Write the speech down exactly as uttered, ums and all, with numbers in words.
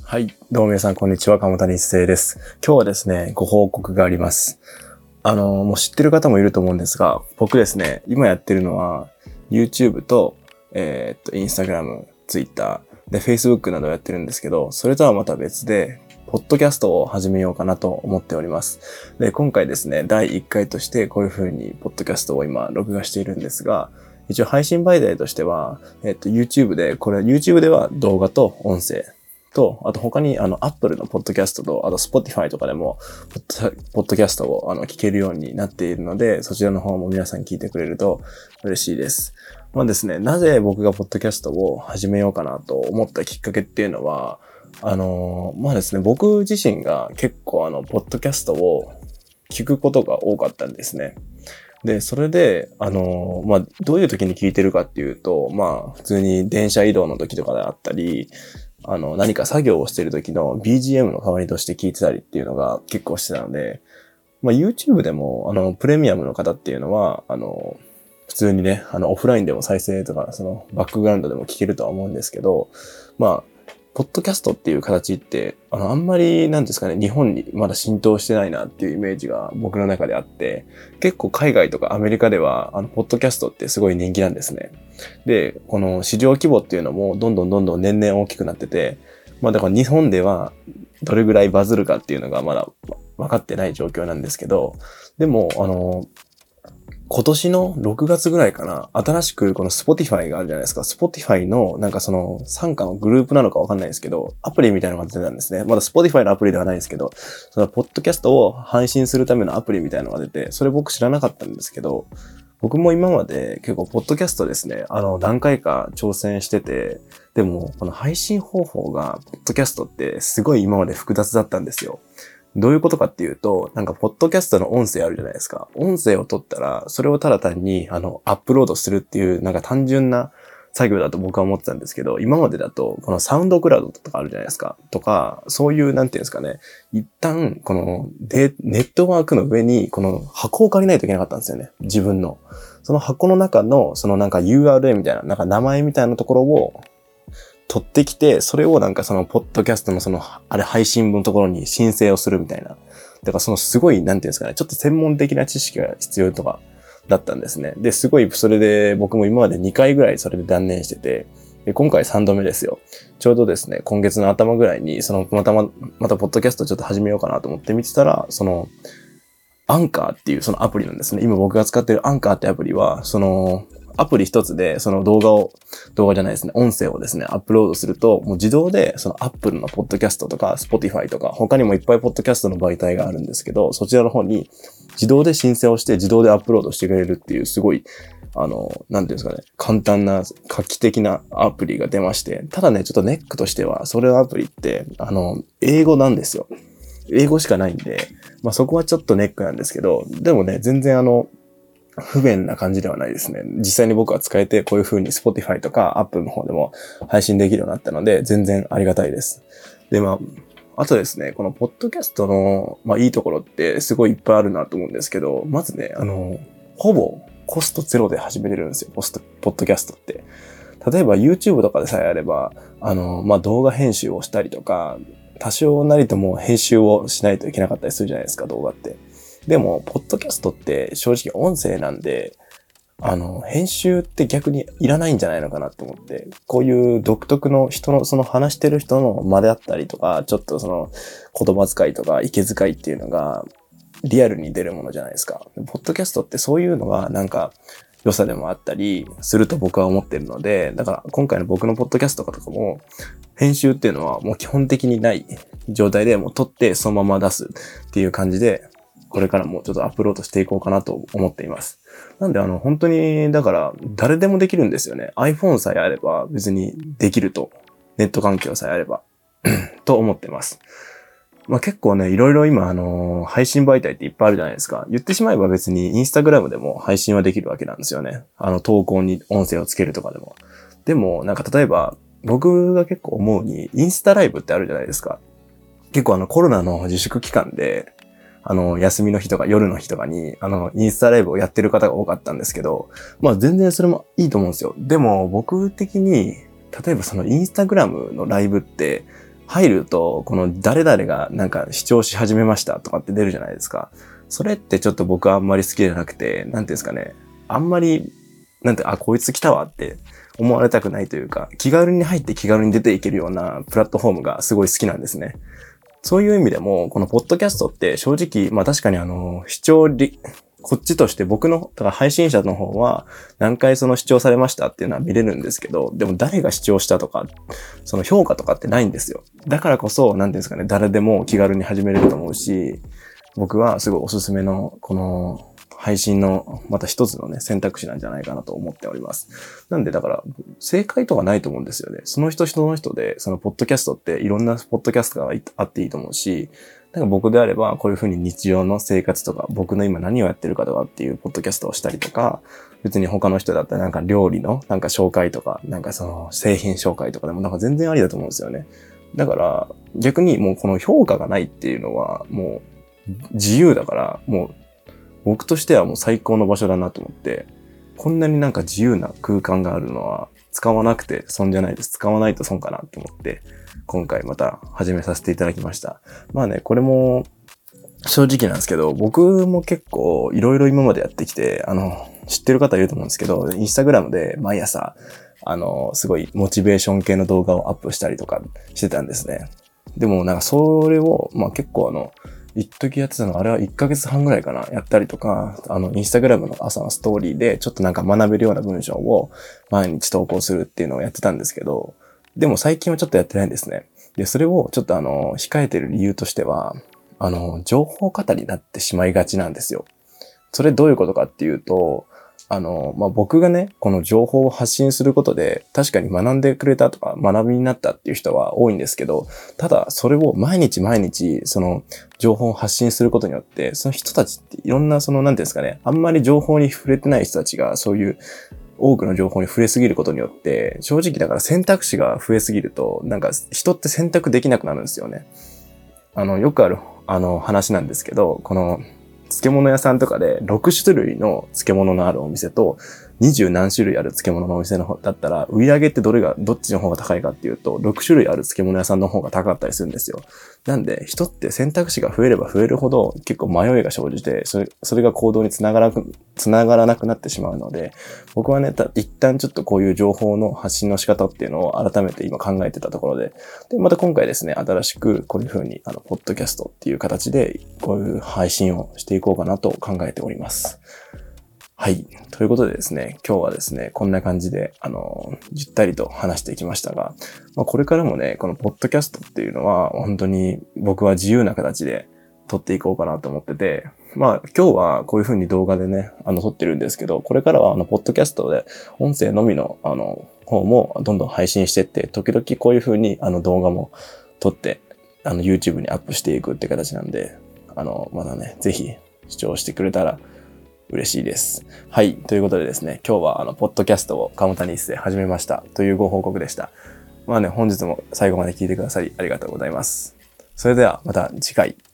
はい。どうも皆さん、こんにちは。鴨谷一生です。今日はですね、ご報告があります。あの、もう知ってる方もいると思うんですが、僕ですね、今やってるのは、YouTube と、えー、っと、Instagram、Twitter、で、Facebook などやってるんですけど、それとはまた別で、ポッドキャストを始めようかなと思っております。で、今回ですね、だいいっかいとしてこういう風に、ポッドキャストを今、録画しているんですが、一応配信媒体としては、えっと、YouTube で、これ YouTube では動画と音声、と、あと他にあの Apple のポッドキャストと、あと Spotify とかでも、ポッドキャストをあの聞けるようになっているので、そちらの方も皆さん聞いてくれると嬉しいです。まあですね、なぜ僕がポッドキャストを始めようかなと思ったきっかけっていうのは、あのー、まあですね、僕自身が結構あの、ポッドキャストを聞くことが多かったんですね。で、それで、あのー、まあ、どういう時に聞いてるかっていうと、まあ、普通に電車移動の時とかであったり、あの、何か作業をしている時の ビージーエム の代わりとして聞いてたりっていうのが結構してたので、まあ YouTube でも、あの、プレミアムの方っていうのは、あの、普通にね、あの、オフラインでも再生とか、その、バックグラウンドでも聞けるとは思うんですけど、まあ、ポッドキャストっていう形って、あの、あんまり、なんですかね、日本にまだ浸透してないなっていうイメージが僕の中であって、結構海外とかアメリカでは、あの、ポッドキャストってすごい人気なんですね。で、この市場規模っていうのもどんどんどんどん年々大きくなってて、まあだから日本ではどれぐらいバズるかっていうのがまだ分かってない状況なんですけど、でも、あの、今年のろくがつぐらいかな、新しくこの Spotify があるじゃないですか。Spotify のなんかその傘下のグループなのかわかんないですけど、アプリみたいなのが出てたんですね。まだ Spotify のアプリではないですけど、そのポッドキャストを配信するためのアプリみたいなのが出て、それ僕知らなかったんですけど、僕も今まで結構ポッドキャストですね、あの何回か挑戦してて、でもこの配信方法がポッドキャストってすごい今まで複雑だったんですよ。どういうことかっていうと、なんか、ポッドキャストの音声あるじゃないですか。音声を取ったら、それをただ単に、あの、アップロードするっていう、なんか単純な作業だと僕は思ってたんですけど、今までだと、このサウンドクラウドとかあるじゃないですか。とか、そういう、なんていうんですかね。一旦、この、で、ネットワークの上に、この箱を借りないといけなかったんですよね。自分の。その箱の中の、そのなんか ユーアールエル みたいな、なんか名前みたいなところを、取ってきて、それをなんかその、ポッドキャストのその、あれ配信分のところに申請をするみたいな。だからそのすごい、なんていうんですかね、ちょっと専門的な知識が必要とか、だったんですね。で、すごい、それで僕も今までにかいぐらいそれで断念してて、で、今回さんどめですよ。ちょうどですね、今月の頭ぐらいに、その、またま、またポッドキャストちょっと始めようかなと思って見てたら、その、アンカーっていうそのアプリなんですね。今僕が使ってるアンカーってアプリは、その、アプリ一つで、その動画を、動画じゃないですね、音声をですね、アップロードすると、もう自動で、その Apple のポッドキャストとか、Spotify とか、他にもいっぱいポッドキャストの媒体があるんですけど、そちらの方に自動で申請をして自動でアップロードしてくれるっていう、すごい、あの、なんていうんですかね、簡単な画期的なアプリが出まして、ただね、ちょっとネックとしては、それのアプリって、あの、英語なんですよ。英語しかないんで、まあそこはちょっとネックなんですけど、でもね、全然あの、不便な感じではないですね。実際に僕は使えて、こういう風に Spotify とか Apple の方でも配信できるようになったので、全然ありがたいです。で、まあ、あとですね、このポッドキャストの、まあいいところってすごいいっぱいあるなと思うんですけど、まずね、あの、ほぼコストゼロで始めれるんですよ、ポスト、ポッドキャストって。例えば YouTube とかでさえあれば、あの、まあ動画編集をしたりとか、多少なりとも編集をしないといけなかったりするじゃないですか、動画って。でも、ポッドキャストって正直音声なんで、あの、編集って逆にいらないんじゃないのかなと思って、こういう独特の人の、その話してる人の間であったりとか、ちょっとその言葉遣いとか息遣いっていうのがリアルに出るものじゃないですか。ポッドキャストってそういうのがなんか良さでもあったりすると僕は思ってるので、だから今回の僕のポッドキャストとかも、編集っていうのはもう基本的にない状態でもう撮ってそのまま出すっていう感じで、これからもちょっとアップロードしていこうかなと思っています。なんであの本当にだから誰でもできるんですよね。iPhone さえあれば別にできると。ネット環境さえあればと思ってます。まあ結構ね、いろいろ今あのー、配信媒体っていっぱいあるじゃないですか。言ってしまえば別に Instagram でも配信はできるわけなんですよね。あの投稿に音声をつけるとかでも。でもなんか例えば僕が結構思うにインスタライブってあるじゃないですか。結構あのコロナの自粛期間であの、休みの日とか夜の日とかに、あの、インスタライブをやってる方が多かったんですけど、まあ全然それもいいと思うんですよ。でも僕的に、例えばそのインスタグラムのライブって、 入ると、この誰々がなんか視聴し始めましたとかって出るじゃないですか。それってちょっと僕はあんまり好きじゃなくて、なんていうんですかね。あんまり、なんて、あ、こいつ来たわって思われたくないというか、気軽に入って気軽に出ていけるようなプラットフォームがすごい好きなんですね。そういう意味でも、このポッドキャストって正直、まあ確かにあの、視聴り、こっちとして僕の、だから配信者の方は何回その視聴されましたっていうのは見れるんですけど、でも誰が視聴したとか、その評価とかってないんですよ。だからこそ、なんていうんですかね、誰でも気軽に始めれると思うし、僕はすごいおすすめの、この、配信のまた一つのね、選択肢なんじゃないかなと思っております。なんでだから、正解とかないと思うんですよね。その人人の人で、そのポッドキャストっていろんなポッドキャストがあっていいと思うし、なんか僕であればこういうふうに日常の生活とか、僕の今何をやってるかとかっていうポッドキャストをしたりとか、別に他の人だったらなんか料理のなんか紹介とか、なんかその製品紹介とかでもなんか全然ありだと思うんですよね。だから逆にもうこの評価がないっていうのはもう自由だから、もう僕としてはもう最高の場所だなと思って、こんなになんか自由な空間があるのは使わなくて損じゃないです。使わないと損かなと思って、今回また始めさせていただきました。まあね、これも正直なんですけど、僕も結構いろいろ今までやってきて、あの、知ってる方いると思うんですけど、インスタグラムで毎朝、あの、すごいモチベーション系の動画をアップしたりとかしてたんですね。でもなんかそれを、まあ結構あの、一時やってたの、あれはいっかげつはんぐらいかな、やったりとか、あの、インスタグラムの朝のストーリーで、ちょっとなんか学べるような文章を毎日投稿するっていうのをやってたんですけど、でも最近はちょっとやってないんですね。で、それをちょっとあの、控えてる理由としては、あの、情報過多になってしまいがちなんですよ。それどういうことかっていうと、あの、まあ、僕がね、この情報を発信することで、確かに学んでくれたとか、学びになったっていう人は多いんですけど、ただ、それを毎日毎日、その、情報を発信することによって、その人たちっていろんな、その、なんていうんですかね、あんまり情報に触れてない人たちが、そういう、多くの情報に触れすぎることによって、正直だから選択肢が増えすぎると、なんか人って選択できなくなるんですよね。あの、よくある、あの、話なんですけど、この、漬物屋さんとかでろく種類の漬物のあるお店とにじゅう何種類ある漬物のお店の方だったら、売り上げってどれが、どっちの方が高いかっていうと、ろく種類ある漬物屋さんの方が高かったりするんですよ。なんで、人って選択肢が増えれば増えるほど結構迷いが生じて、それ、それが行動につながらなく、つながらなくなってしまうので、僕はね、一旦ちょっとこういう情報の発信の仕方っていうのを改めて今考えてたところで、で、また今回ですね、新しくこういう風に、あの、ポッドキャストっていう形で、こういう配信をしていこうかなと考えております。はい。ということでですね、今日はですね、こんな感じで、あの、ゆったりと話していきましたが、まあ、これからもね、このポッドキャストっていうのは、本当に僕は自由な形で撮っていこうかなと思ってて、まあ、今日はこういう風に動画でね、あの、撮ってるんですけど、これからはあの、ポッドキャストで音声のみの、あの、方もどんどん配信していって、時々こういう風にあの、動画も撮って、あの、YouTube にアップしていくって形なんで、あの、まだね、ぜひ視聴してくれたら嬉しいです。はい。ということでですね、今日はあの、ポッドキャストを鴨谷一世始めましたというご報告でした。まあね、本日も最後まで聞いてくださりありがとうございます。それではまた次回。